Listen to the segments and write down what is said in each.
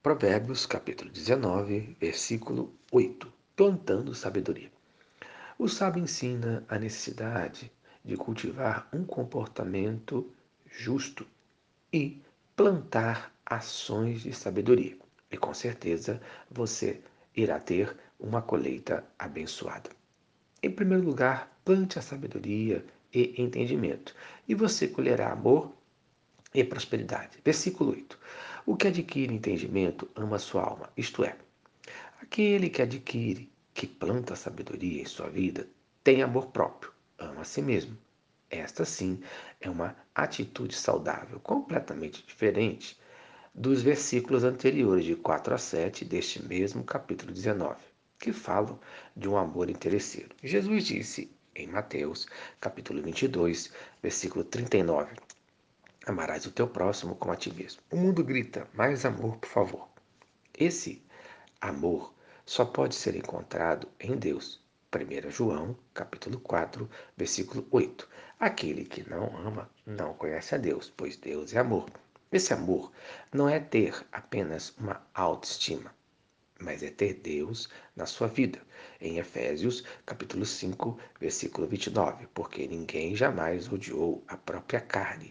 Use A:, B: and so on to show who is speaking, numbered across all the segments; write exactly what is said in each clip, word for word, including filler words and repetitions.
A: Provérbios, capítulo dezenove, versículo oito. Plantando sabedoria. O sábio ensina a necessidade de cultivar um comportamento justo e plantar ações de sabedoria. E com certeza você irá ter uma colheita abençoada. Em primeiro lugar, plante a sabedoria e entendimento, e você colherá amor e prosperidade. Versículo oito. O que adquire entendimento ama sua alma, isto é, aquele que adquire, que planta sabedoria em sua vida, tem amor próprio, ama a si mesmo. Esta sim é uma atitude saudável, completamente diferente dos versículos anteriores, de quatro a sete, deste mesmo capítulo dezenove, que falam de um amor interesseiro. Jesus disse em Mateus, capítulo vinte e dois, versículo trinta e nove: Amarás o teu próximo como a ti mesmo. O mundo grita: mais amor, por favor. Esse amor só pode ser encontrado em Deus. primeiro João, capítulo quatro, versículo oito. Aquele que não ama não conhece a Deus, pois Deus é amor. Esse amor não é ter apenas uma autoestima, mas é ter Deus na sua vida. Em Efésios, capítulo cinco, versículo vinte e nove, porque ninguém jamais odiou a própria carne,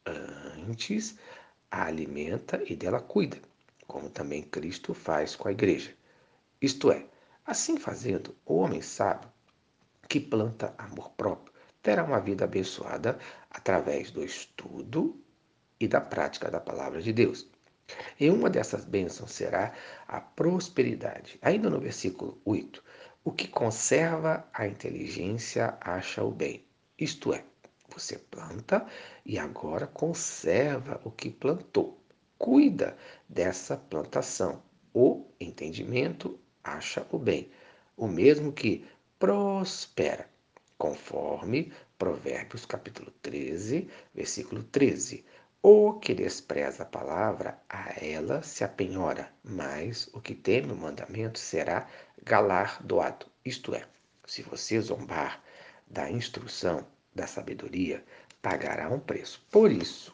A: antes a alimenta e dela cuida, como também Cristo faz com a igreja. Isto é, assim fazendo, o homem sábio que planta amor próprio terá uma vida abençoada através do estudo e da prática da palavra de Deus. E uma dessas bênçãos será a prosperidade. Ainda no versículo oito, o que conserva a inteligência acha o bem. Isto é, você planta e agora conserva o que plantou. Cuida dessa plantação. O entendimento acha o bem, o mesmo que prospera, conforme Provérbios capítulo treze, versículo treze. O que despreza a palavra, a ela se apenhora, mas o que teme o mandamento será galardoado. Isto é, se você zombar da instrução, da sabedoria, pagará um preço. Por isso,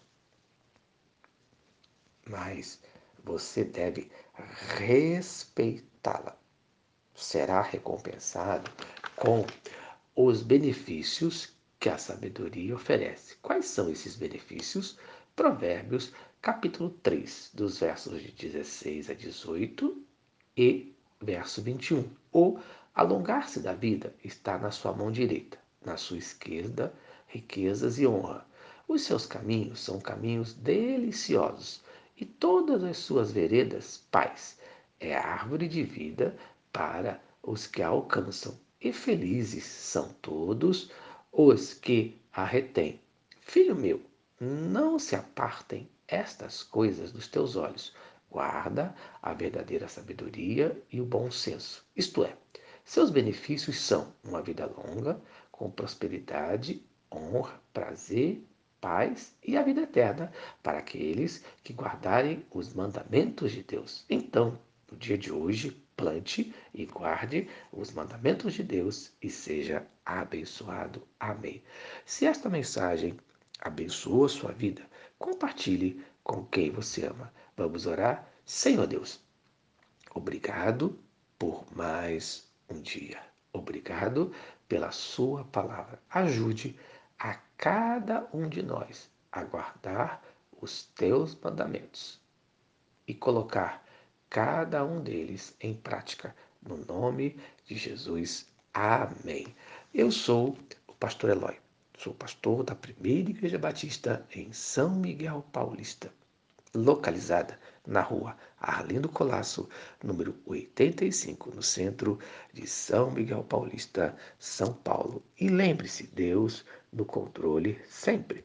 A: mas você deve respeitá-la. Será recompensado com os benefícios que a sabedoria oferece. Quais são esses benefícios? Provérbios, capítulo três, dos versos de dezesseis a dezoito e verso vinte e um. O alongar-se da vida está na sua mão direita, na sua esquerda, riquezas e honra. Os seus caminhos são caminhos deliciosos, e todas as suas veredas, paz. É a árvore de vida para os que a alcançam, e felizes são todos os que a retêm. Filho meu, não se apartem estas coisas dos teus olhos. Guarda a verdadeira sabedoria e o bom senso. Isto é, seus benefícios são uma vida longa, com prosperidade, honra, prazer, paz e a vida eterna para aqueles que guardarem os mandamentos de Deus. Então, no dia de hoje, plante e guarde os mandamentos de Deus e seja abençoado. Amém. Se esta mensagem abençoa a sua vida, compartilhe com quem você ama. Vamos orar? Senhor Deus, obrigado por mais um dia. Obrigado pela sua palavra. Ajude a cada um de nós a guardar os teus mandamentos e colocar cada um deles em prática. No nome de Jesus. Amém. Eu sou o pastor Eloy. Sou pastor da Primeira Igreja Batista em São Miguel Paulista, localizada na rua Arlindo Colasso, número oitenta e cinco, no centro de São Miguel Paulista, São Paulo. E lembre-se, Deus no controle sempre.